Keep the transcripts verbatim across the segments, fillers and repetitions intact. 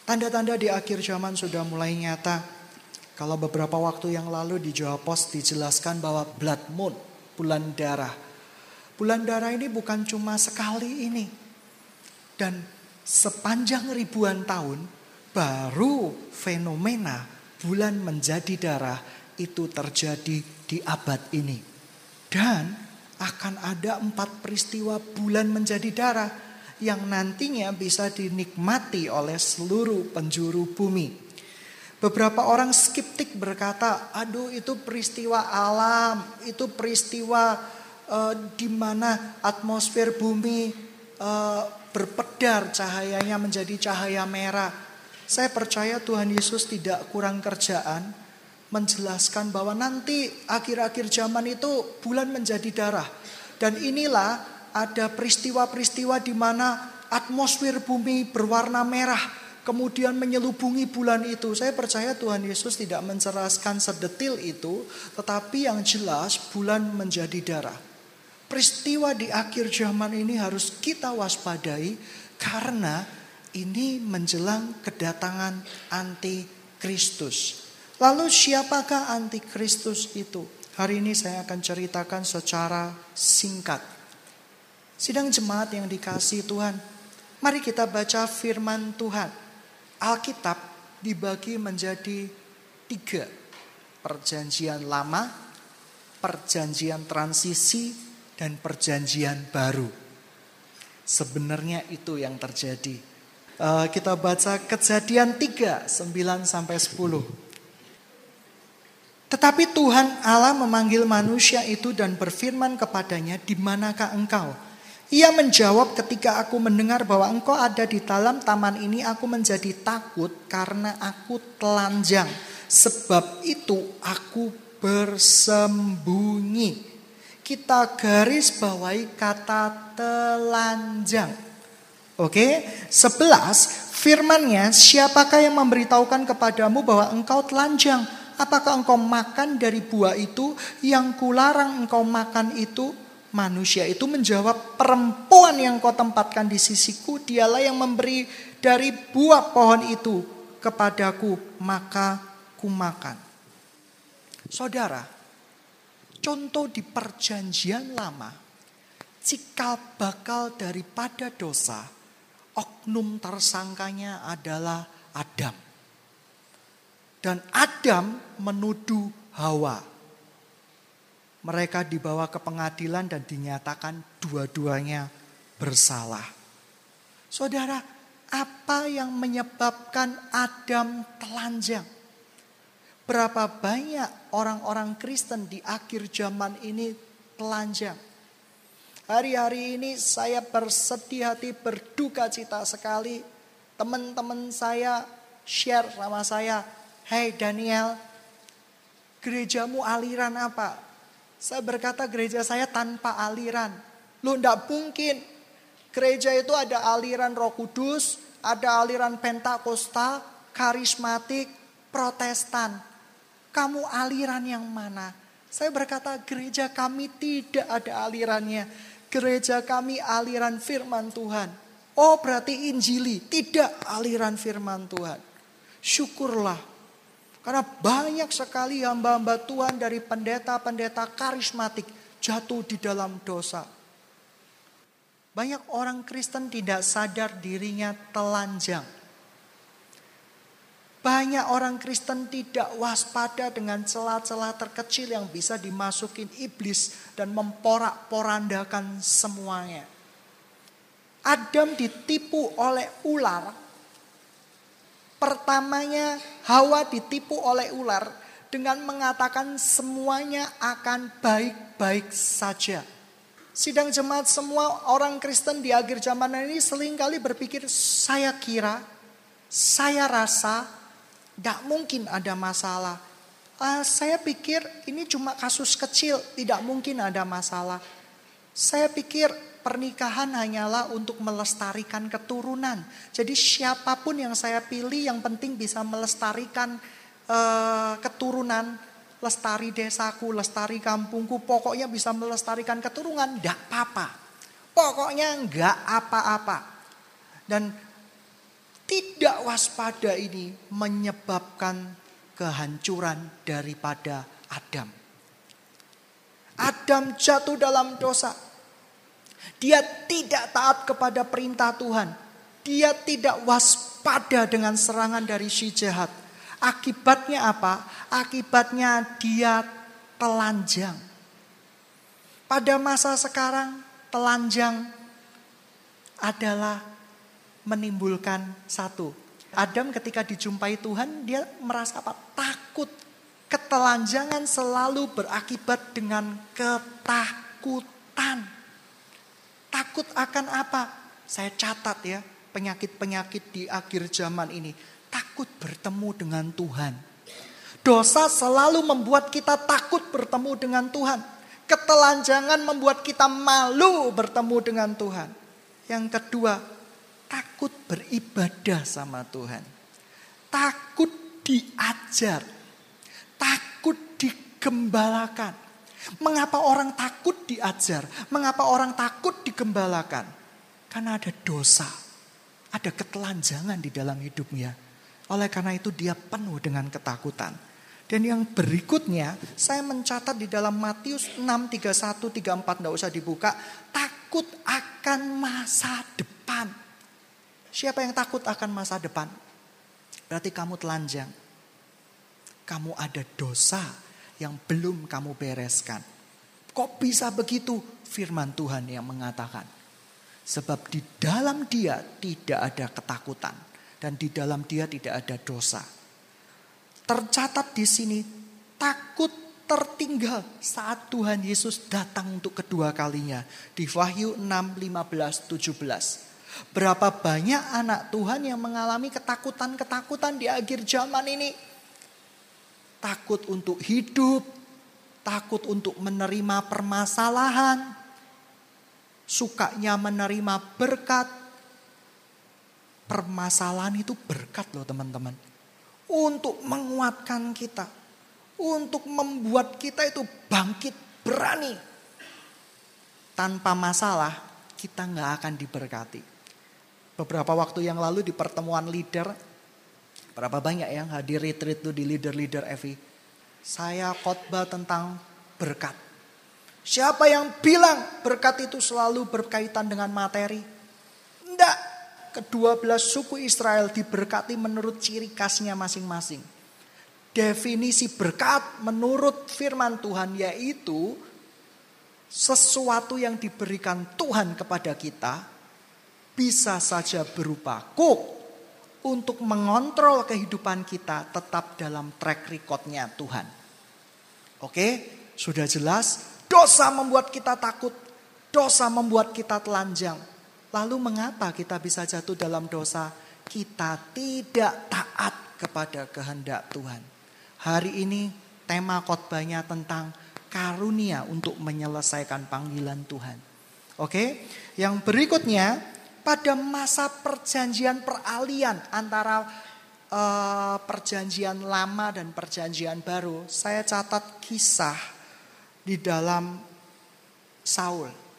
Tanda-tanda di akhir zaman sudah mulai nyata. Kalau beberapa waktu yang lalu di Jawa Pos dijelaskan bahwa blood moon, bulan darah. Bulan darah ini bukan cuma sekali ini. Dan sepanjang ribuan tahun baru fenomena bulan menjadi darah itu terjadi di abad ini. Dan akan ada empat peristiwa bulan menjadi darah yang nantinya bisa dinikmati oleh seluruh penjuru bumi. Beberapa orang skeptik berkata, aduh itu peristiwa alam, itu peristiwa uh, di mana atmosfer bumi uh, berpedar, cahayanya menjadi cahaya merah. Saya percaya Tuhan Yesus tidak kurang kerjaan menjelaskan bahwa nanti akhir-akhir zaman itu bulan menjadi darah. Dan inilah ada peristiwa-peristiwa di mana atmosfer bumi berwarna merah kemudian menyelubungi bulan itu. Saya percaya Tuhan Yesus tidak menceraskan sedetil itu, tetapi yang jelas bulan menjadi darah. Peristiwa di akhir zaman ini harus kita waspadai karena ini menjelang kedatangan antikristus. Lalu siapakah antikristus itu? Hari ini saya akan ceritakan secara singkat. Sidang jemaat yang dikasihi Tuhan, mari kita baca firman Tuhan. Alkitab dibagi menjadi tiga. Perjanjian lama, perjanjian transisi, dan perjanjian baru. Sebenarnya itu yang terjadi. Uh, kita baca Kejadian tiga, sembilan sampai sepuluh. Tetapi Tuhan Allah memanggil manusia itu dan berfirman kepadanya, di manakah engkau? Ia menjawab, ketika aku mendengar bahwa engkau ada di dalam taman ini, aku menjadi takut karena aku telanjang. Sebab itu aku bersembunyi. Kita garis bawahi kata telanjang. Oke, sebelas, firman-Nya, siapakah yang memberitahukan kepadamu bahwa engkau telanjang? Apakah engkau makan dari buah itu yang kularang engkau makan itu? Manusia itu menjawab, perempuan yang kau tempatkan di sisiku, dialah yang memberi dari buah pohon itu kepadaku, maka kumakan. Saudara, contoh di perjanjian lama, cikal bakal daripada dosa, oknum tersangkanya adalah Adam. Dan Adam menuduh Hawa. Mereka dibawa ke pengadilan dan dinyatakan dua-duanya bersalah. Saudara, apa yang menyebabkan Adam telanjang? Berapa banyak orang-orang Kristen di akhir zaman ini telanjang? Hari-hari ini saya bersedih hati, berduka cita sekali. Teman-teman saya share sama saya, "Hey Daniel, gerejamu aliran apa?" Saya berkata, gereja saya tanpa aliran. Loh, enggak mungkin. Gereja itu ada aliran Roh Kudus, ada aliran Pentakosta, karismatik, Protestan. Kamu aliran yang mana? Saya berkata, gereja kami tidak ada alirannya. Gereja kami aliran firman Tuhan. Oh, berarti Injili, tidak aliran firman Tuhan. Syukurlah. Karena banyak sekali hamba-hamba Tuhan dari pendeta-pendeta karismatik jatuh di dalam dosa. Banyak orang Kristen tidak sadar dirinya telanjang. Banyak orang Kristen tidak waspada dengan celah-celah terkecil yang bisa dimasukin iblis dan memporak-porandakan semuanya. Adam ditipu oleh ular. Pertamanya Hawa ditipu oleh ular dengan mengatakan semuanya akan baik-baik saja. Sidang jemaat, semua orang Kristen di akhir zaman ini seringkali berpikir, saya kira, saya rasa, tidak mungkin ada masalah. Uh, saya pikir ini cuma kasus kecil, tidak mungkin ada masalah. Saya pikir pernikahan hanyalah untuk melestarikan keturunan. Jadi siapapun yang saya pilih yang penting bisa melestarikan uh, keturunan. Lestari desaku, lestari kampungku. Pokoknya bisa melestarikan keturunan. Tidak apa-apa. Pokoknya enggak apa-apa. Dan tidak waspada ini menyebabkan kehancuran daripada Adam. Adam jatuh dalam dosa. Dia tidak taat kepada perintah Tuhan. Dia tidak waspada dengan serangan dari si jahat. Akibatnya apa? Akibatnya dia telanjang. Pada masa sekarang, telanjang adalah menimbulkan satu. Adam ketika dijumpai Tuhan, dia merasa apa? Takut. Ketelanjangan selalu berakibat dengan ketakutan. Takut akan apa? Saya catat ya, penyakit-penyakit di akhir zaman ini. Takut bertemu dengan Tuhan. Dosa selalu membuat kita takut bertemu dengan Tuhan. Ketelanjangan membuat kita malu bertemu dengan Tuhan. Yang kedua, takut beribadah sama Tuhan. Takut diajar. Takut digembalakan. Mengapa orang takut diajar? Mengapa orang takut digembalakan? Karena ada dosa. Ada ketelanjangan di dalam hidupnya. Oleh karena itu dia penuh dengan ketakutan. Dan yang berikutnya saya mencatat di dalam Matius enam, tiga puluh satu, tiga puluh empat. Tidak usah dibuka. Takut akan masa depan. Siapa yang takut akan masa depan? Berarti kamu telanjang. Kamu ada dosa yang belum kamu bereskan. Kok bisa begitu? Firman Tuhan yang mengatakan. Sebab di dalam dia tidak ada ketakutan. Dan di dalam dia tidak ada dosa. Tercatat di sini, takut tertinggal saat Tuhan Yesus datang untuk kedua kalinya. Di Wahyu enam, lima belas, tujuh belas. Berapa banyak anak Tuhan yang mengalami ketakutan-ketakutan di akhir zaman ini. Takut untuk hidup, takut untuk menerima permasalahan, sukanya menerima berkat. Permasalahan itu berkat loh teman-teman. Untuk menguatkan kita. Untuk membuat kita itu bangkit berani. Tanpa masalah kita gak akan diberkati. Beberapa waktu yang lalu di pertemuan leader. Berapa banyak yang hadir retreat itu di leader-leader F I. Saya khotbah tentang berkat. Siapa yang bilang berkat itu selalu berkaitan dengan materi? Enggak. Kedua belas suku Israel diberkati menurut ciri khasnya masing-masing. Definisi berkat menurut firman Tuhan yaitu sesuatu yang diberikan Tuhan kepada kita bisa saja berupa cook untuk mengontrol kehidupan kita tetap dalam track recordnya Tuhan. Oke, sudah jelas. Dosa membuat kita takut. Dosa membuat kita telanjang. Lalu mengapa kita bisa jatuh dalam dosa? Kita tidak taat kepada kehendak Tuhan. Hari ini tema khotbahnya tentang karunia untuk menyelesaikan panggilan Tuhan. Oke, yang berikutnya pada masa perjanjian peralihan antara uh, perjanjian lama dan perjanjian baru, saya catat kisah di dalam Saul.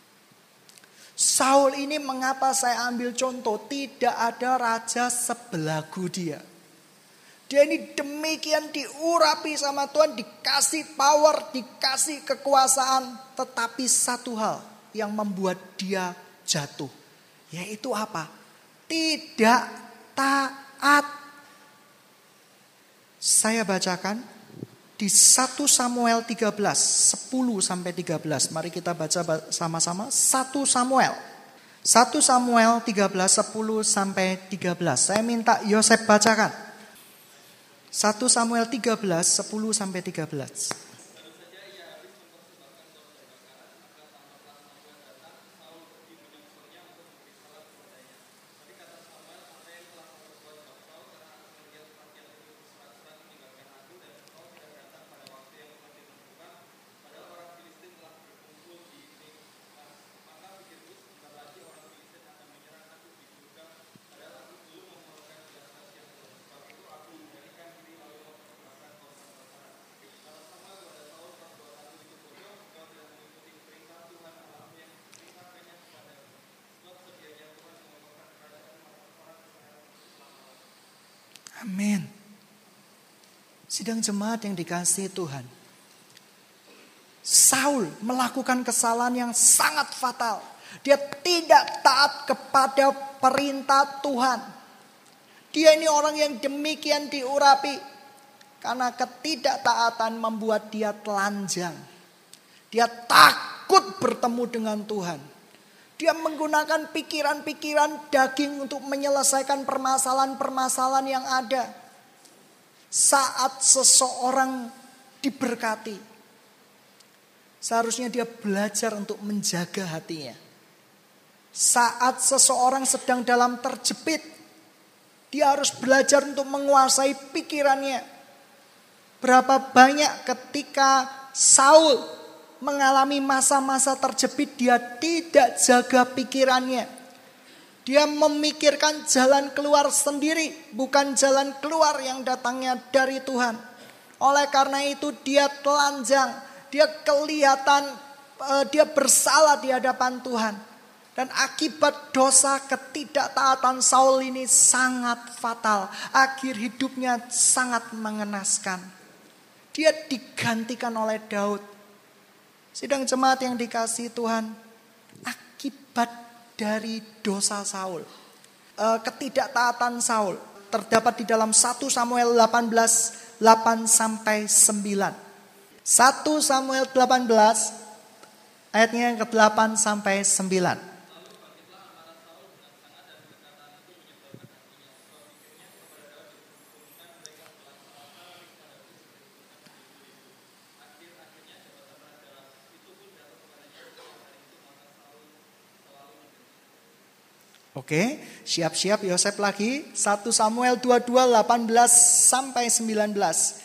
Saul ini mengapa saya ambil contoh? Tidak ada raja sebelagu dia. Dia ini demikian diurapi sama Tuhan, dikasih power, dikasih kekuasaan. Tetapi satu hal yang membuat dia jatuh. Yaitu apa? Tidak taat. Saya bacakan di satu Samuel tiga belas, sepuluh sampai tiga belas. Mari kita baca sama-sama. satu Samuel. satu Samuel tiga belas, sepuluh sampai tiga belas. Saya minta Yosef bacakan. satu Samuel tiga belas, sepuluh sampai tiga belas. Amin. Sidang jemaat yang dikasihi Tuhan. Saul melakukan kesalahan yang sangat fatal. Dia tidak taat kepada perintah Tuhan. Dia ini orang yang demikian diurapi. Karena ketidaktaatan membuat dia telanjang. Dia takut bertemu dengan Tuhan. Dia menggunakan pikiran-pikiran daging untuk menyelesaikan permasalahan-permasalahan yang ada. Saat seseorang diberkati, seharusnya dia belajar untuk menjaga hatinya. Saat seseorang sedang dalam terjepit, dia harus belajar untuk menguasai pikirannya. Berapa banyak ketika Saul mengalami masa-masa terjepit, dia tidak jaga pikirannya. Dia memikirkan jalan keluar sendiri, bukan jalan keluar yang datangnya dari Tuhan. Oleh karena itu dia telanjang, dia kelihatan uh, dia bersalah di hadapan Tuhan. Dan akibat dosa ketidaktaatan Saul ini sangat fatal. Akhir hidupnya sangat mengenaskan. Dia digantikan oleh Daud. Sidang jemaat yang dikasihi Tuhan, akibat dari dosa Saul, ketidaktaatan Saul terdapat di dalam satu Samuel delapan belas, delapan sampai sembilan. satu Samuel delapan belas ayatnya yang ke delapan sampai sembilan. Oke, siap-siap Yosef lagi. satu Samuel dua puluh dua, delapan belas sampai sembilan belas.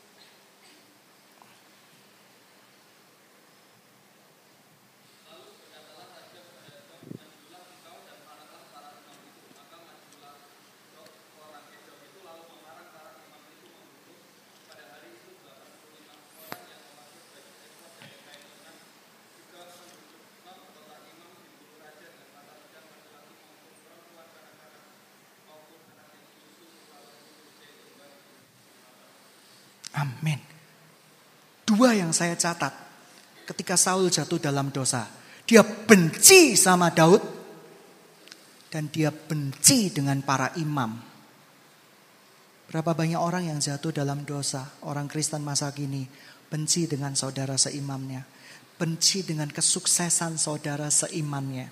Amin. Dua yang saya catat ketika Saul jatuh dalam dosa. Dia benci sama Daud dan dia benci dengan para imam. Berapa banyak orang yang jatuh dalam dosa, orang Kristen masa kini benci dengan saudara seimamnya, benci dengan kesuksesan saudara seimannya.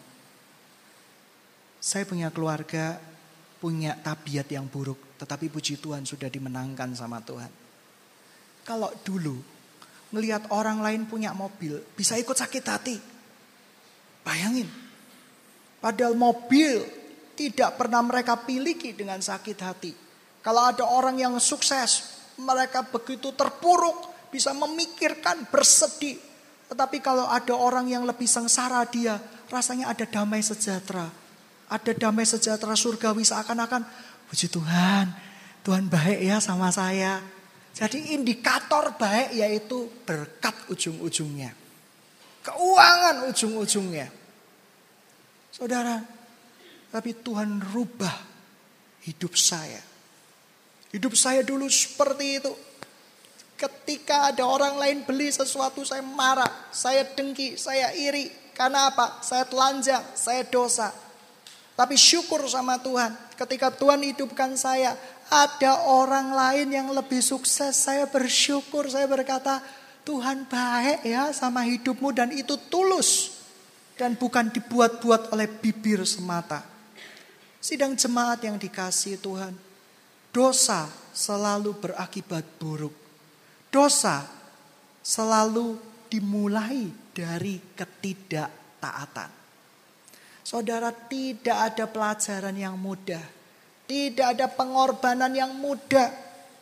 Saya punya keluarga punya tabiat yang buruk, tetapi puji Tuhan sudah dimenangkan sama Tuhan. Kalau dulu melihat orang lain punya mobil, bisa ikut sakit hati. Bayangin. Padahal mobil tidak pernah mereka miliki dengan sakit hati. Kalau ada orang yang sukses, mereka begitu terpuruk, bisa memikirkan, bersedih. Tetapi kalau ada orang yang lebih sengsara, dia rasanya ada damai sejahtera. Ada damai sejahtera surgawi, seakan-akan, puji Tuhan, Tuhan baik ya sama saya. Jadi indikator baik yaitu berkat ujung-ujungnya. Keuangan ujung-ujungnya. Saudara, tapi Tuhan rubah hidup saya. Hidup saya dulu seperti itu. Ketika ada orang lain beli sesuatu, saya marah, saya dengki, saya iri. Karena apa? Saya telanjang, saya dosa. Tapi syukur sama Tuhan. Ketika Tuhan hidupkan saya, ada orang lain yang lebih sukses. Saya bersyukur, saya berkata, Tuhan baik ya sama hidupmu dan itu tulus. Dan bukan dibuat-buat oleh bibir semata. Sidang jemaat yang dikasihi Tuhan. Dosa selalu berakibat buruk. Dosa selalu dimulai dari ketidaktaatan. Saudara, tidak ada pelajaran yang mudah. Tidak ada pengorbanan yang mudah.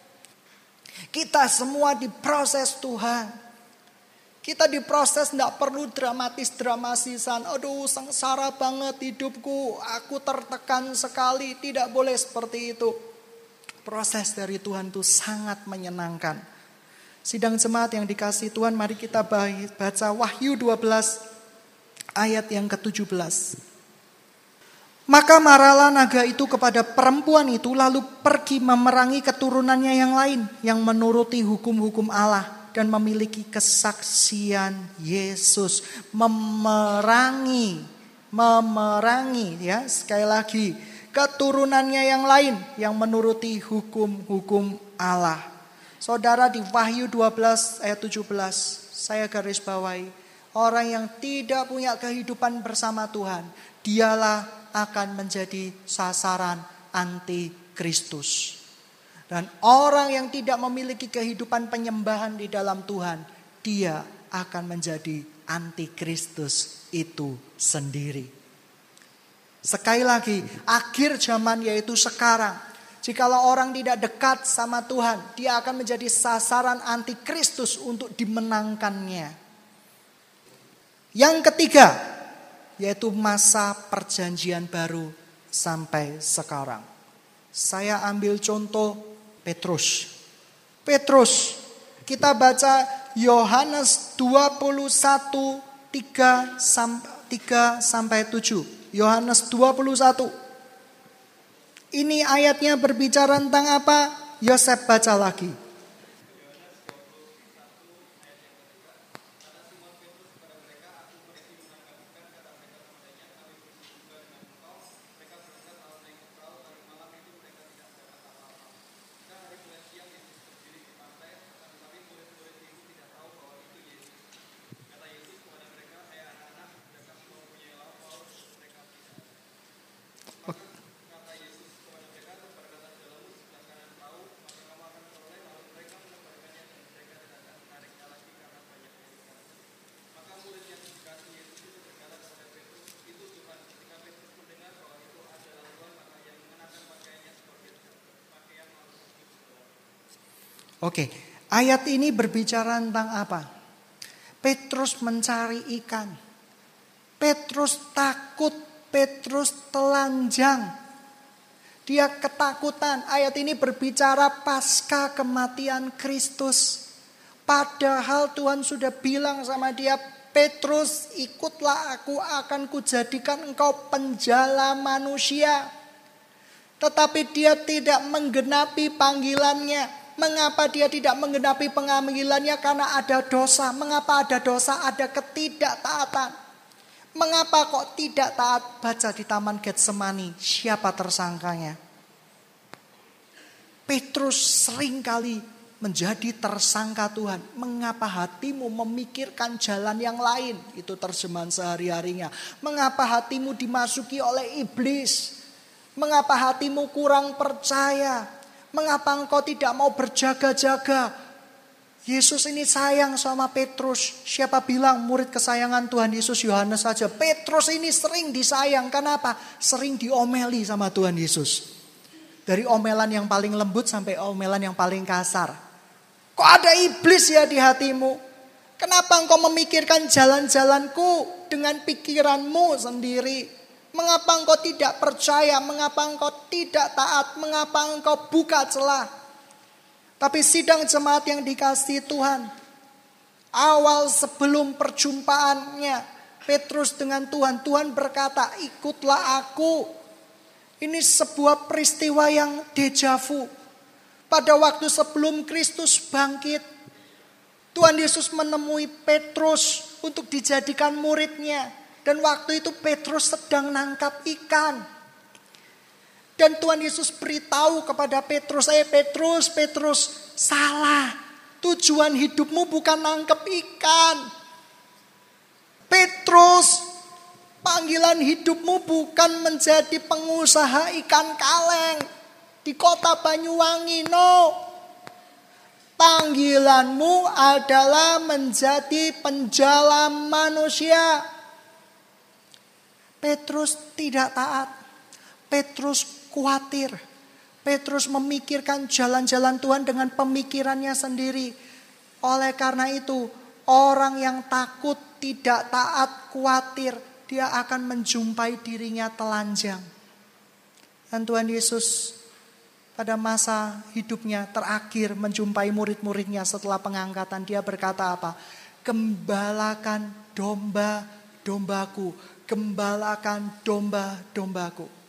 Kita semua diproses Tuhan. Kita diproses tidak perlu dramatis-dramatisan. Aduh, sengsara banget hidupku. Aku tertekan sekali. Tidak boleh seperti itu. Proses dari Tuhan itu sangat menyenangkan. Sidang jemaat yang dikasihi Tuhan, mari kita baca Wahyu dua belas ayat yang ketujuh belas. Maka marahlah naga itu kepada perempuan itu, lalu pergi memerangi keturunannya yang lain yang menuruti hukum-hukum Allah dan memiliki kesaksian Yesus. Memerangi, memerangi ya, sekali lagi, keturunannya yang lain yang menuruti hukum-hukum Allah. Saudara, di Wahyu dua belas ayat tujuh belas saya garis bawahi, orang yang tidak punya kehidupan bersama Tuhan, dialah akan menjadi sasaran anti-Kristus. Dan orang yang tidak memiliki kehidupan penyembahan di dalam Tuhan, dia akan menjadi anti-Kristus itu sendiri. Sekali lagi, akhir zaman yaitu sekarang. Jikalau orang tidak dekat sama Tuhan, dia akan menjadi sasaran anti-Kristus untuk dimenangkannya. Yang ketiga, yaitu masa perjanjian baru sampai sekarang. Saya ambil contoh Petrus. Petrus, kita baca Yohanes dua puluh satu, tiga sampai tujuh. Yohanes dua puluh satu. Ini ayatnya berbicara tentang apa? Yosef baca lagi. Oke, ayat ini berbicara tentang apa? Petrus mencari ikan. Petrus takut, Petrus telanjang. Dia ketakutan. Ayat ini berbicara pasca kematian Kristus. Padahal Tuhan sudah bilang sama dia, Petrus, ikutlah aku, akan kujadikan engkau penjala manusia. Tetapi dia tidak menggenapi panggilannya. Mengapa dia tidak menggenapi panggilannya? Karena ada dosa. Mengapa ada dosa? Ada ketidaktaatan. Mengapa kok tidak taat? Baca di Taman Getsemani. Siapa tersangkanya? Petrus seringkali menjadi tersangka Tuhan. Mengapa hatimu memikirkan jalan yang lain? Itu terjemahan sehari-harinya. Mengapa hatimu dimasuki oleh iblis? Mengapa hatimu kurang percaya? Mengapa engkau tidak mau berjaga-jaga? Yesus ini sayang sama Petrus. Siapa bilang murid kesayangan Tuhan Yesus? Yohanes saja. Petrus ini sering disayang. Kenapa? Sering diomeli sama Tuhan Yesus. Dari omelan yang paling lembut sampai omelan yang paling kasar. Kok ada iblis ya di hatimu? Kenapa engkau memikirkan jalan-jalanku dengan pikiranmu sendiri? Mengapa engkau tidak percaya? Mengapa engkau tidak taat? Mengapa engkau buka celah? Tapi sidang jemaat yang dikasihi Tuhan, awal sebelum perjumpaannya Petrus dengan Tuhan, Tuhan berkata, ikutlah aku. Ini sebuah peristiwa yang dejavu. Pada waktu sebelum Kristus bangkit, Tuhan Yesus menemui Petrus untuk dijadikan muridnya. Dan waktu itu Petrus sedang nangkap ikan. Dan Tuhan Yesus beritahu kepada Petrus, eh Petrus, Petrus, salah. Tujuan hidupmu bukan nangkap ikan. Petrus, panggilan hidupmu bukan menjadi pengusaha ikan kaleng di kota Banyuwangi, no. Panggilanmu adalah menjadi penjala manusia. Petrus tidak taat. Petrus khawatir. Petrus memikirkan jalan-jalan Tuhan dengan pemikirannya sendiri. Oleh karena itu, orang yang takut, tidak taat, khawatir, dia akan menjumpai dirinya telanjang. Dan Tuhan Yesus pada masa hidupnya terakhir menjumpai murid-muridnya setelah pengangkatan, dia berkata apa? Gembalakan domba-dombaku. Gembalakan domba-dombaku.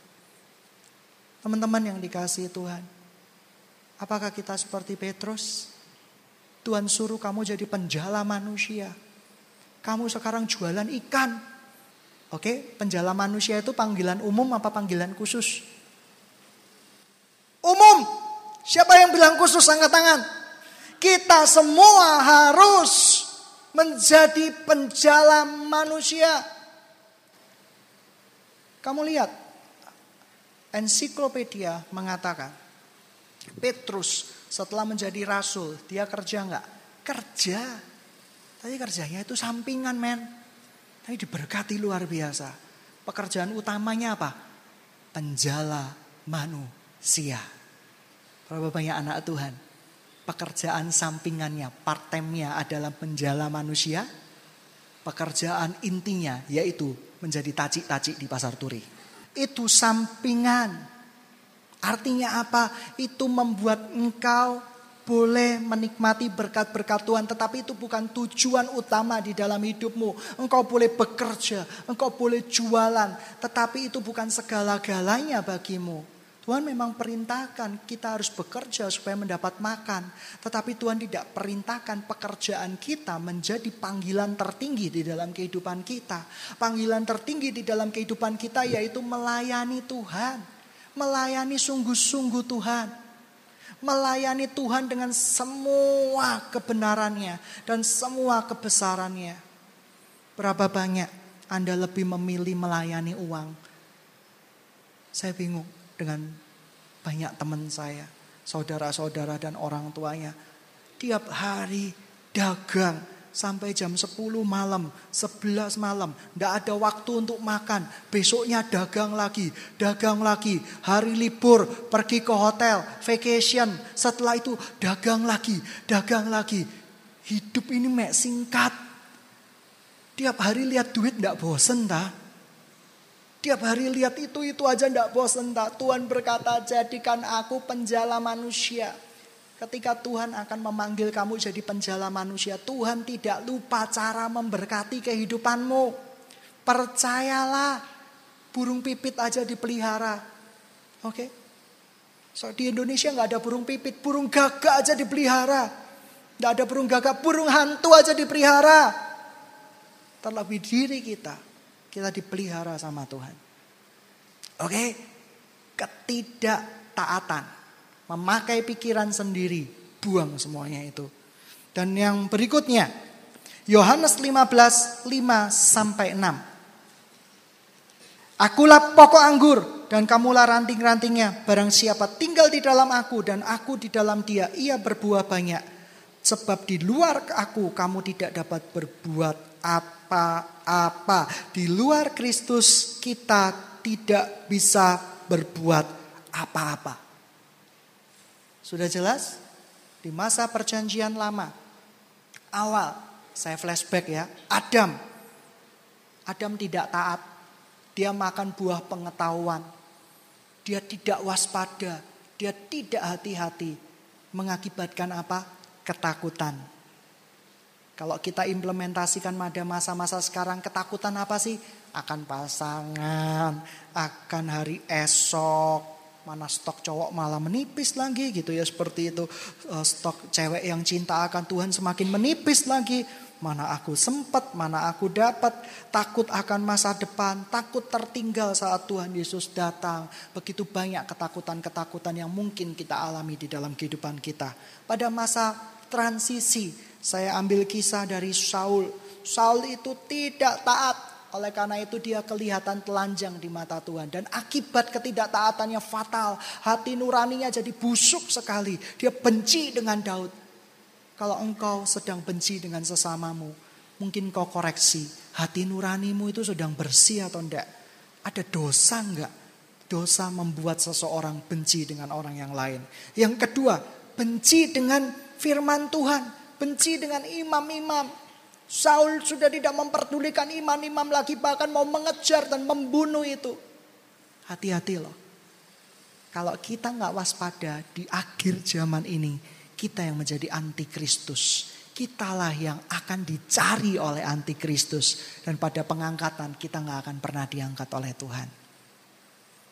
Teman-teman yang dikasihi Tuhan, apakah kita seperti Petrus? Tuhan suruh kamu jadi penjala manusia. Kamu sekarang jualan ikan. Oke, penjala manusia itu panggilan umum apa panggilan khusus? Umum. Siapa yang bilang khusus? Angkat tangan. Kita semua harus menjadi penjala manusia. Kamu lihat, ensiklopedia mengatakan, Petrus setelah menjadi rasul, dia kerja enggak? Kerja. Tapi kerjanya itu sampingan, men. Tapi diberkati luar biasa. Pekerjaan utamanya apa? Penjala manusia. Berapa banyak anak Tuhan? Pekerjaan sampingannya, part time-nya adalah penjala manusia. Pekerjaan intinya yaitu menjadi tacik-tacik di pasar turi. Itu sampingan. Artinya apa? Itu membuat engkau boleh menikmati berkat-berkat Tuhan. Tetapi itu bukan tujuan utama di dalam hidupmu. Engkau boleh bekerja, engkau boleh jualan. Tetapi itu bukan segala-galanya bagimu. Tuhan memang perintahkan kita harus bekerja supaya mendapat makan. Tetapi Tuhan tidak perintahkan pekerjaan kita menjadi panggilan tertinggi di dalam kehidupan kita. Panggilan tertinggi di dalam kehidupan kita yaitu melayani Tuhan. Melayani sungguh-sungguh Tuhan. Melayani Tuhan dengan semua kebenarannya dan semua kebesarannya. Berapa banyak Anda lebih memilih melayani uang? Saya bingung dengan banyak teman saya, saudara-saudara dan orang tuanya. Tiap hari dagang sampai jam sepuluh malam, sebelas malam. Tidak ada waktu untuk makan. Besoknya dagang lagi, dagang lagi. Hari libur, pergi ke hotel, vacation. Setelah itu dagang lagi, dagang lagi. Hidup ini mek singkat. Tiap hari lihat duit tidak bosen tak? Tiap hari lihat itu-itu aja tidak bosan tak? Tuhan berkata, jadikan aku penjala manusia. Ketika Tuhan akan memanggil kamu jadi penjala manusia, Tuhan tidak lupa cara memberkati kehidupanmu. Percayalah, burung pipit aja dipelihara. Oke? So, di Indonesia nggak ada burung pipit, burung gagak aja dipelihara. Nggak ada burung gagak, burung hantu aja dipelihara. Terlebih diri kita. Kita dipelihara sama Tuhan. Oke? Ketidaktaatan. Memakai pikiran sendiri. Buang semuanya itu. Dan yang berikutnya. Yohanes lima belas, lima sampai enam. Akulah pokok anggur dan kamulah ranting-rantingnya. Barang siapa tinggal di dalam aku dan aku di dalam dia, ia berbuah banyak. Sebab di luar aku kamu tidak dapat berbuat apa-apa. Di luar Kristus kita tidak bisa berbuat apa-apa. Sudah jelas? Di masa perjanjian lama, awal, saya flashback ya, Adam. Adam tidak taat. Dia makan buah pengetahuan. Dia tidak waspada. Dia tidak hati-hati. Mengakibatkan apa? Ketakutan. Kalau kita implementasikan pada masa-masa sekarang, ketakutan apa sih? Akan pasangan, akan hari esok, mana stok cowok malah menipis lagi gitu ya, seperti itu. Stok cewek yang cinta akan Tuhan semakin menipis lagi. Mana aku sempat, mana aku dapat. Takut akan masa depan, takut tertinggal saat Tuhan Yesus datang. Begitu banyak ketakutan-ketakutan yang mungkin kita alami di dalam kehidupan kita. Pada masa transisi, saya ambil kisah dari Saul. Saul itu tidak taat. Oleh karena itu dia kelihatan telanjang di mata Tuhan. Dan akibat ketidaktaatannya fatal. Hati nuraninya jadi busuk sekali. Dia benci dengan Daud. Kalau engkau sedang benci dengan sesamamu, mungkin kau koreksi. Hati nuranimu itu sedang bersih atau enggak? Ada dosa enggak? Dosa membuat seseorang benci dengan orang yang lain. Yang kedua, benci dengan firman Tuhan. Benci dengan imam-imam. Saul sudah tidak memperdulikan imam-imam lagi. Bahkan mau mengejar dan membunuh itu. Hati-hati loh. Kalau kita gak waspada di akhir zaman ini, kita yang menjadi antikristus. Kitalah yang akan dicari oleh antikristus. Dan pada pengangkatan kita gak akan pernah diangkat oleh Tuhan.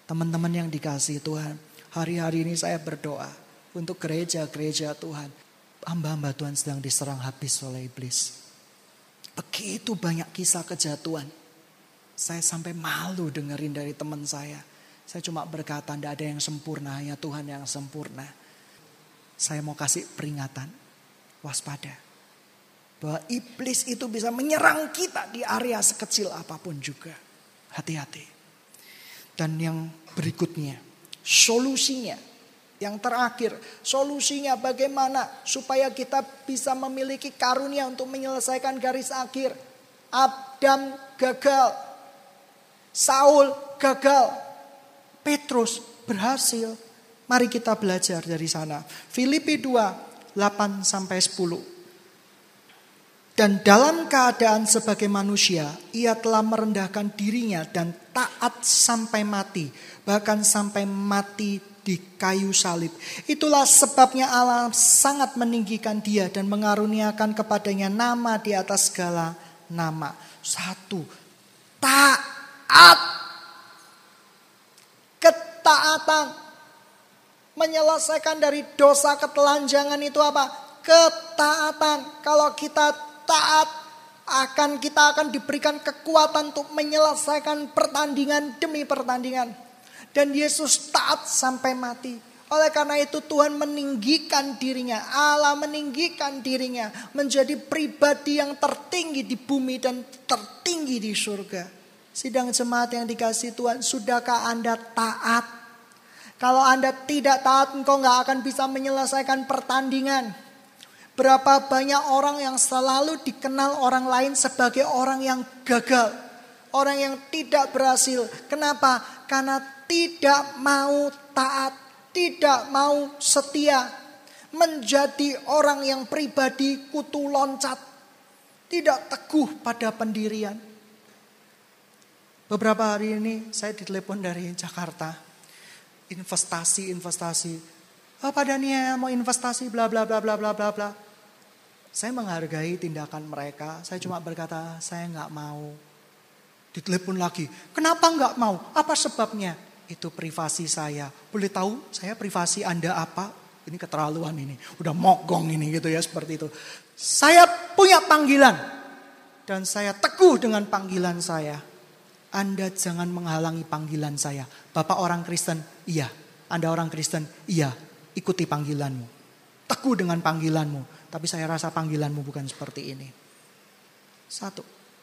Teman-teman yang dikasihi Tuhan, hari-hari ini saya berdoa untuk gereja-gereja Tuhan. Hamba-hamba Tuhan sedang diserang habis oleh iblis. Begitu banyak kisah kejatuhan. Saya sampai malu dengerin dari teman saya. Saya cuma berkata, tidak ada yang sempurna, hanya Tuhan yang sempurna. Saya mau kasih peringatan, waspada. Bahwa iblis itu bisa menyerang kita di area sekecil apapun juga. Hati-hati. Dan yang berikutnya, solusinya. Yang terakhir, solusinya bagaimana supaya kita bisa memiliki karunia untuk menyelesaikan garis akhir. Adam gagal. Saul gagal. Petrus berhasil. Mari kita belajar dari sana. Filipi dua, delapan sampai sepuluh. Dan dalam keadaan sebagai manusia, ia telah merendahkan dirinya dan taat sampai mati. Bahkan sampai mati di kayu salib. Itulah sebabnya Allah sangat meninggikan dia dan mengaruniakan kepadanya nama di atas segala nama. Satu, taat. Ketaatan. Menyelesaikan dari dosa ketelanjangan itu apa? Ketaatan. Kalau kita taat, akan kita akan diberikan kekuatan untuk menyelesaikan pertandingan demi pertandingan. Dan Yesus taat sampai mati. Oleh karena itu Tuhan meninggikan dirinya. Allah meninggikan dirinya. Menjadi pribadi yang tertinggi di bumi dan tertinggi di surga. Sidang jemaat yang dikasihi Tuhan, sudahkah Anda taat? Kalau Anda tidak taat, engkau gak akan bisa menyelesaikan pertandingan. Berapa banyak orang yang selalu dikenal orang lain sebagai orang yang gagal. Orang yang tidak berhasil. Kenapa? Karena tidak mau taat. Tidak mau setia. Menjadi orang yang pribadi kutu loncat. Tidak teguh pada pendirian. Beberapa hari ini saya ditelepon dari Jakarta. Investasi-investasi. Oh, Pak Daniel mau investasi bla bla bla bla bla bla bla. Saya menghargai tindakan mereka. Saya cuma berkata, saya gak mau. Ditelepon lagi. Kenapa gak mau? Apa sebabnya? Itu privasi saya. Boleh tahu saya privasi Anda apa? Ini keterlaluan ini. Udah mogong ini gitu ya seperti itu. Saya punya panggilan. Dan saya teguh dengan panggilan saya. Anda jangan menghalangi panggilan saya. Bapak orang Kristen? Iya. Anda orang Kristen? Iya. Ikuti panggilanmu. Teguh dengan panggilanmu. Tapi saya rasa panggilanmu bukan seperti ini. Satu.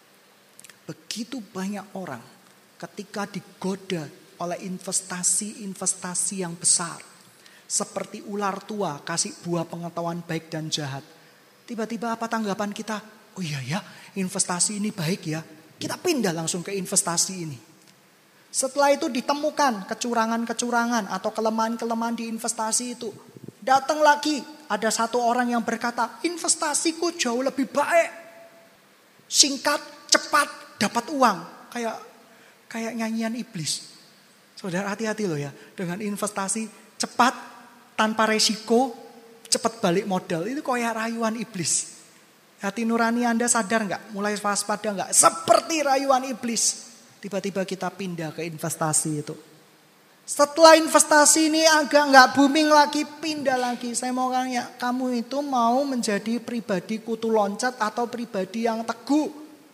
Begitu banyak orang ketika digoda oleh investasi-investasi yang besar. Seperti ular tua kasih buah pengetahuan baik dan jahat. Tiba-tiba apa tanggapan kita? Oh iya ya, investasi ini baik ya. Kita pindah langsung ke investasi ini. Setelah itu ditemukan kecurangan-kecurangan atau kelemahan-kelemahan di investasi itu. Datang lagi, ada satu orang yang berkata, investasiku jauh lebih baik. Singkat, cepat, dapat uang. Kayak kayak nyanyian iblis. Saudara hati-hati loh ya. Dengan investasi cepat, tanpa resiko, cepat balik modal. Itu kayak rayuan iblis. Hati nurani Anda sadar gak? Mulai waspada gak? Seperti rayuan iblis. Tiba-tiba kita pindah ke investasi itu. Setelah investasi ini agak nggak booming lagi, pindah lagi. Saya mau tanya, kamu itu mau menjadi pribadi kutu loncat atau pribadi yang teguh?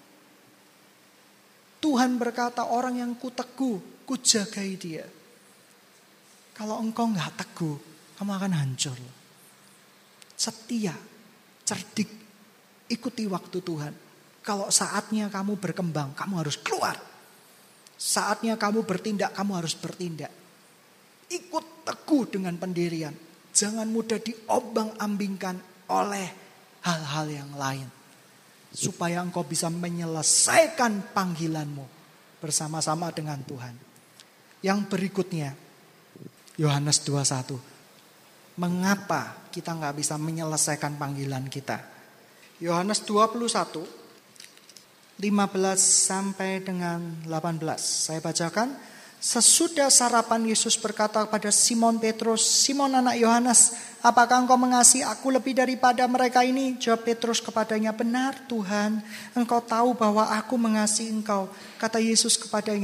Tuhan berkata orang yang ku teguh, ku jagai dia. Kalau engkau nggak teguh, kamu akan hancur. Setia, cerdik, ikuti waktu Tuhan. Kalau saatnya kamu berkembang, kamu harus keluar. Saatnya kamu bertindak, kamu harus bertindak. Ikut teguh dengan pendirian. Jangan mudah diombang-ambingkan oleh hal-hal yang lain. Supaya engkau bisa menyelesaikan panggilanmu bersama-sama dengan Tuhan. Yang berikutnya, Yohanes dua puluh satu. Mengapa kita gak bisa menyelesaikan panggilan kita? Yohanes dua puluh satu, lima belas sampai dengan delapan belas. Saya bacakan. Sesudah sarapan Yesus berkata kepada Simon Petrus, Simon anak Yohanes, apakah engkau mengasihi aku lebih daripada mereka ini? Jawab Petrus kepadanya, benar Tuhan, engkau tahu bahwa aku mengasihi engkau. Kata Yesus kepadanya,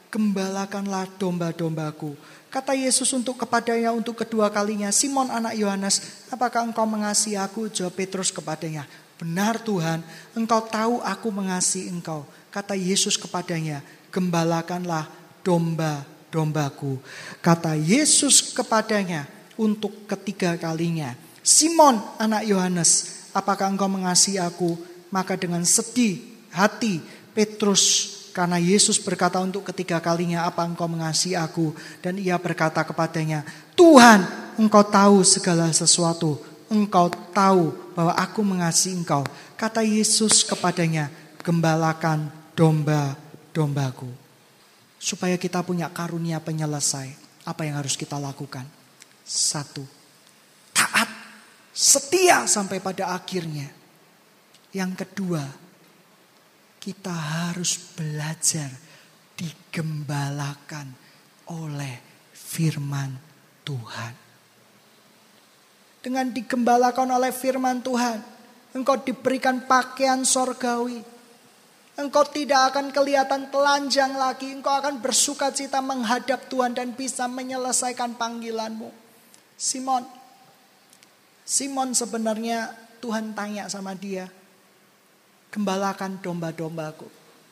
gembalakanlah domba-dombaku. Kata Yesus untuk kepadanya untuk kedua kalinya, Simon anak Yohanes, apakah engkau mengasihi aku? Jawab Petrus kepadanya, benar Tuhan, engkau tahu aku mengasihi engkau. Kata Yesus kepadanya, gembalakanlah domba-dombaku. Kata Yesus kepadanya untuk ketiga kalinya, Simon anak Yohanes, apakah engkau mengasihi aku? Maka dengan sedih hati Petrus, karena Yesus berkata untuk ketiga kalinya, apa engkau mengasihi aku? Dan ia berkata kepadanya, Tuhan, engkau tahu segala sesuatu. Engkau tahu bahwa aku mengasihi engkau. Kata Yesus kepadanya, gembalakan domba-dombaku. Supaya kita punya karunia penyelesai, apa yang harus kita lakukan? Satu, taat, setia sampai pada akhirnya. Yang kedua, kita harus belajar digembalakan oleh firman Tuhan. Dengan digembalakan oleh firman Tuhan, engkau diberikan pakaian sorgawi. Engkau tidak akan kelihatan telanjang lagi. Engkau akan bersukacita menghadap Tuhan dan bisa menyelesaikan panggilanmu. Simon, Simon sebenarnya Tuhan tanya sama dia, gembalakan domba-dombaku.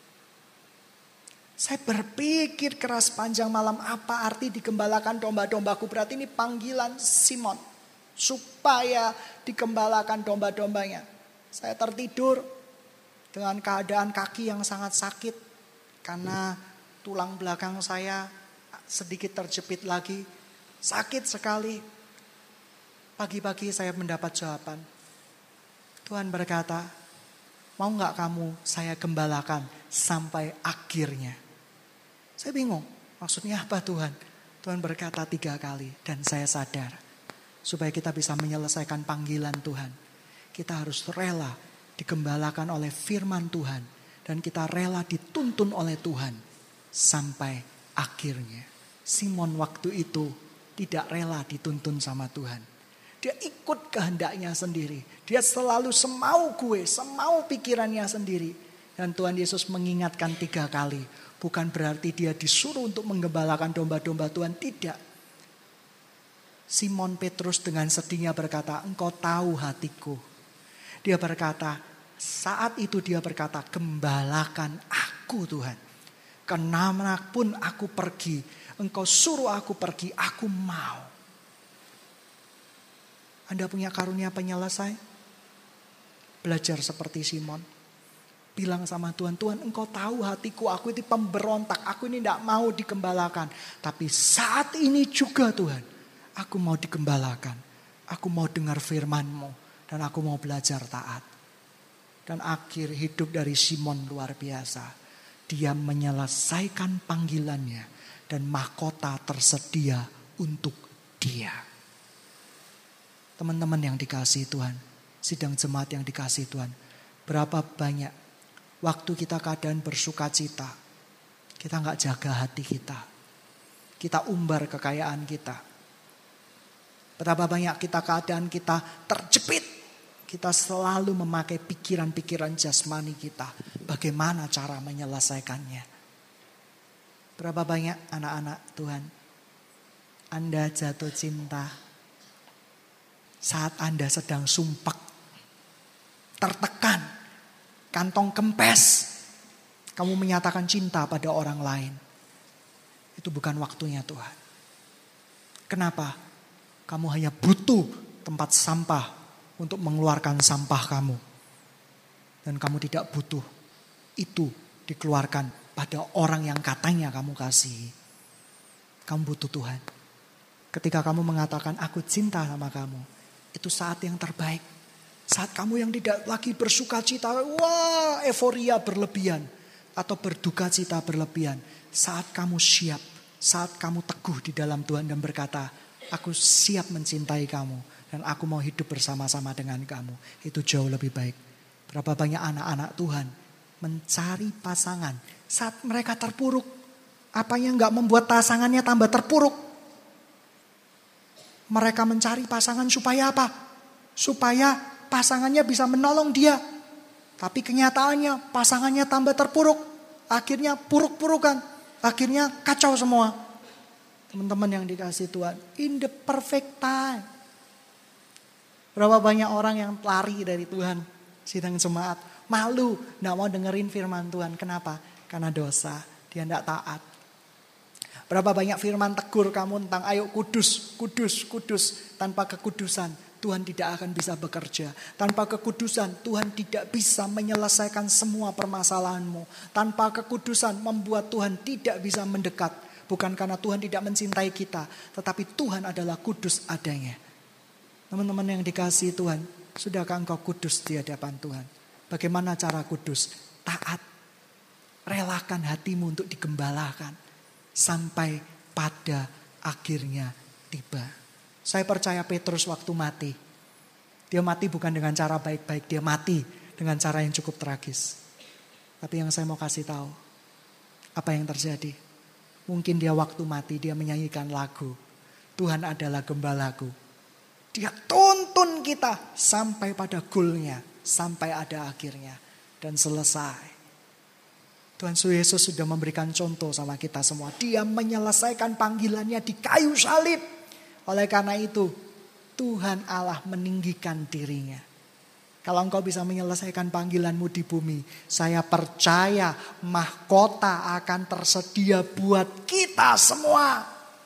Saya berpikir keras panjang malam, apa arti digembalakan domba-dombaku? Berarti ini panggilan Simon supaya digembalakan domba-dombanya. Saya tertidur dengan keadaan kaki yang sangat sakit karena tulang belakang saya sedikit terjepit lagi. Sakit sekali. Pagi-pagi saya mendapat jawaban. Tuhan berkata, mau gak kamu saya gembalakan sampai akhirnya? Saya bingung, maksudnya apa Tuhan? Tuhan berkata tiga kali dan saya sadar. Supaya kita bisa menyelesaikan panggilan Tuhan, kita harus rela digembalakan oleh firman Tuhan. Dan kita rela dituntun oleh Tuhan sampai akhirnya. Simon waktu itu tidak rela dituntun sama Tuhan. Dia ikut kehendaknya sendiri. Dia selalu semau gue, semau pikirannya sendiri. Dan Tuhan Yesus mengingatkan tiga kali. Bukan berarti dia disuruh untuk menggembalakan domba-domba Tuhan, tidak. Simon Petrus dengan sedihnya berkata, engkau tahu hatiku. Dia berkata, saat itu dia berkata, gembalakan aku Tuhan. Kemanapun aku pergi, engkau suruh aku pergi, aku mau. Anda punya karunia penyelesai? Belajar seperti Simon. Bilang sama Tuhan, Tuhan engkau tahu hatiku, aku ini pemberontak, aku ini tidak mau digembalakan. Tapi saat ini juga Tuhan, aku mau digembalakan. Aku mau dengar firman-Mu dan aku mau belajar taat. Dan akhir hidup dari Simon luar biasa. Dia menyelesaikan panggilannya dan mahkota tersedia untuk dia. Teman-teman yang dikasihi Tuhan, sidang jemaat yang dikasihi Tuhan, berapa banyak waktu kita keadaan bersuka cita, kita gak jaga hati kita, kita umbar kekayaan kita. Berapa banyak kita keadaan kita terjepit, kita selalu memakai pikiran-pikiran jasmani kita, bagaimana cara menyelesaikannya. Berapa banyak anak-anak Tuhan, Anda jatuh cinta saat Anda sedang sumpek, tertekan, kantong kempes, kamu menyatakan cinta pada orang lain. Itu bukan waktunya Tuhan. Kenapa? Kamu hanya butuh tempat sampah untuk mengeluarkan sampah kamu. Dan kamu tidak butuh itu dikeluarkan pada orang yang katanya kamu kasihi. Kamu butuh Tuhan. Ketika kamu mengatakan aku cinta sama kamu, itu saat yang terbaik. Saat kamu yang tidak lagi bersuka cita, wah euforia berlebihan. Atau berduka cita berlebihan. Saat kamu siap, saat kamu teguh di dalam Tuhan dan berkata, aku siap mencintai kamu. Dan aku mau hidup bersama-sama dengan kamu. Itu jauh lebih baik. Berapa banyak anak-anak Tuhan mencari pasangan saat mereka terpuruk. Apanya gak membuat pasangannya tambah terpuruk? Mereka mencari pasangan supaya apa? Supaya pasangannya bisa menolong dia. Tapi kenyataannya pasangannya tambah terpuruk. Akhirnya puruk-purukan. Akhirnya kacau semua. Teman-teman yang dikasih Tuhan, in the perfect time. Berapa banyak orang yang lari dari Tuhan, sidang jemaat, malu, gak mau dengerin firman Tuhan. Kenapa? Karena dosa, dia gak taat. Berapa banyak firman tegur kamu tentang ayo kudus, kudus, kudus. Tanpa kekudusan Tuhan tidak akan bisa bekerja. Tanpa kekudusan Tuhan tidak bisa menyelesaikan semua permasalahanmu. Tanpa kekudusan membuat Tuhan tidak bisa mendekat. Bukan karena Tuhan tidak mencintai kita, tetapi Tuhan adalah kudus adanya. Teman-teman yang dikasihi Tuhan, sudahkah engkau kudus di hadapan Tuhan? Bagaimana cara kudus? Taat. Relakan hatimu untuk digembalakan. Sampai pada akhirnya tiba. Saya percaya Petrus waktu mati. Dia mati bukan dengan cara baik-baik. Dia mati dengan cara yang cukup tragis. Tapi yang saya mau kasih tahu. Apa yang terjadi? Mungkin dia waktu mati dia menyanyikan lagu. Tuhan adalah gembalaku. Dia tuntun kita sampai pada goalnya. Sampai ada akhirnya. Dan selesai. Tuhan Yesus sudah memberikan contoh sama kita semua. Dia menyelesaikan panggilannya di kayu salib. Oleh karena itu, Tuhan Allah meninggikan dirinya. Kalau engkau bisa menyelesaikan panggilanmu di bumi, saya percaya mahkota akan tersedia buat kita semua.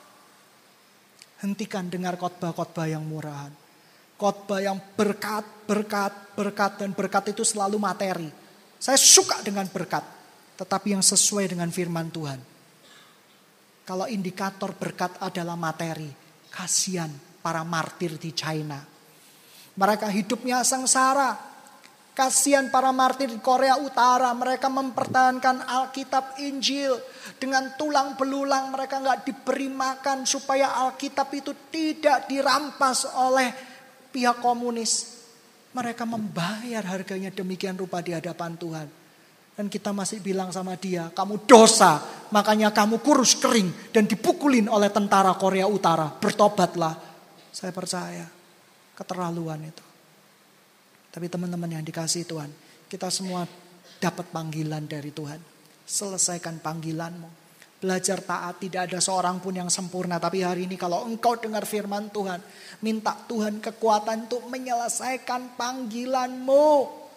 Hentikan dengar khotbah-khotbah yang murahan. Khotbah yang berkat, berkat, berkat, dan berkat itu selalu materi. Saya suka dengan berkat, tetapi yang sesuai dengan firman Tuhan. Kalau indikator berkat adalah materi, kasihan para martir di China. Mereka hidupnya sengsara. Kasihan para martir di Korea Utara. Mereka mempertahankan Alkitab Injil. Dengan tulang belulang mereka gak diberi makan. Supaya Alkitab itu tidak dirampas oleh pihak komunis. Mereka membayar harganya demikian rupa di hadapan Tuhan. Dan kita masih bilang sama dia, kamu dosa. Makanya kamu kurus kering dan dipukulin oleh tentara Korea Utara. Bertobatlah. Saya percaya. Keterlaluan itu. Tapi teman-teman yang dikasihi Tuhan, kita semua dapat panggilan dari Tuhan. Selesaikan panggilanmu. Belajar taat, tidak ada seorang pun yang sempurna. Tapi hari ini kalau engkau dengar firman Tuhan, minta Tuhan kekuatan untuk menyelesaikan panggilanmu.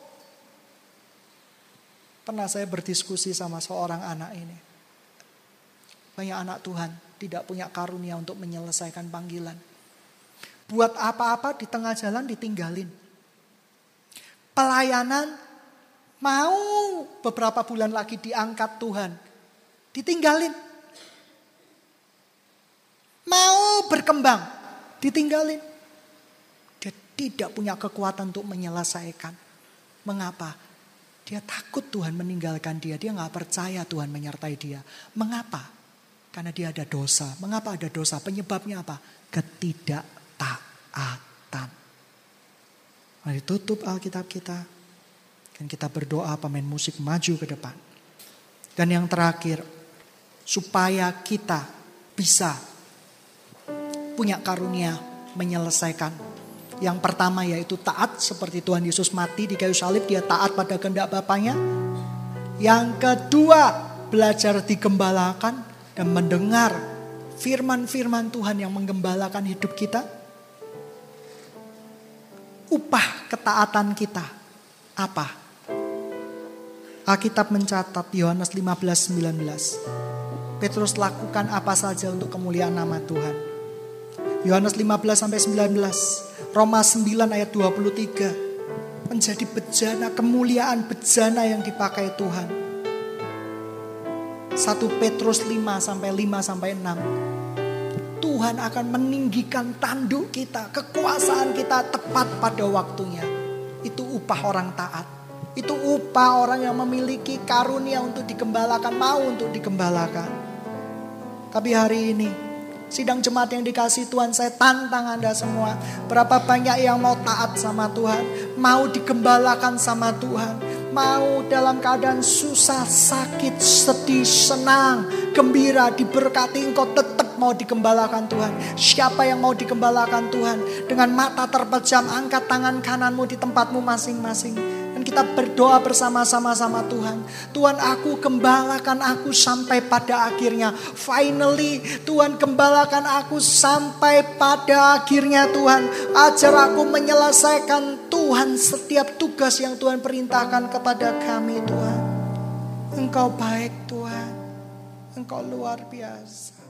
Pernah saya berdiskusi sama seorang anak ini. Banyak anak Tuhan tidak punya karunia untuk menyelesaikan panggilan. Buat apa-apa di tengah jalan ditinggalin. Pelayanan mau beberapa bulan lagi diangkat Tuhan. Ditinggalin. Mau berkembang. Ditinggalin. Dia tidak punya kekuatan untuk menyelesaikan. Mengapa? Dia takut Tuhan meninggalkan dia. Dia gak percaya Tuhan menyertai dia. Mengapa? Karena dia ada dosa. Mengapa ada dosa? Penyebabnya apa? Ketidaktaatan. Mari tutup Alkitab kita. Dan kita berdoa pemain musik maju ke depan. Dan yang terakhir. Supaya kita bisa punya karunia menyelesaikan. Yang pertama yaitu taat. Seperti Tuhan Yesus mati di kayu salib. Dia taat pada kehendak Bapaknya. Yang kedua, belajar digembalakan. Dan mendengar firman-firman Tuhan yang menggembalakan hidup kita. Upah ketaatan kita apa? Alkitab mencatat Yohanes lima belas sembilan belas. Petrus lakukan apa saja untuk kemuliaan nama Tuhan. Yohanes lima belas sampai sembilan belas. Roma sembilan ayat dua puluh tiga. Menjadi bejana, kemuliaan bejana yang dipakai Tuhan. satu Petrus lima sampai lima sampai enam. Tuhan akan meninggikan tanduk kita, kekuasaan kita tepat pada waktunya. Itu upah orang taat. Itu upah orang yang memiliki karunia untuk digembalakan, mau untuk digembalakan. Tapi hari ini, sidang jemaat yang dikasihi Tuhan, saya tantang Anda semua. Berapa banyak yang mau taat sama Tuhan, mau digembalakan sama Tuhan. Mau dalam keadaan susah, sakit, sedih, senang, gembira, diberkati, engkau tetap mau digembalakan Tuhan. Siapa yang mau digembalakan Tuhan? Dengan mata terpejam, angkat tangan kananmu di tempatmu masing-masing. Dan Dan kita berdoa bersama-sama sama Tuhan. Tuhan, aku gembalakan aku sampai pada akhirnya. Finally, Tuhan gembalakan aku sampai pada akhirnya Tuhan. Ajar aku menyelesaikan Tuhan setiap tugas yang Tuhan perintahkan kepada kami Tuhan. Engkau baik Tuhan. Engkau luar biasa.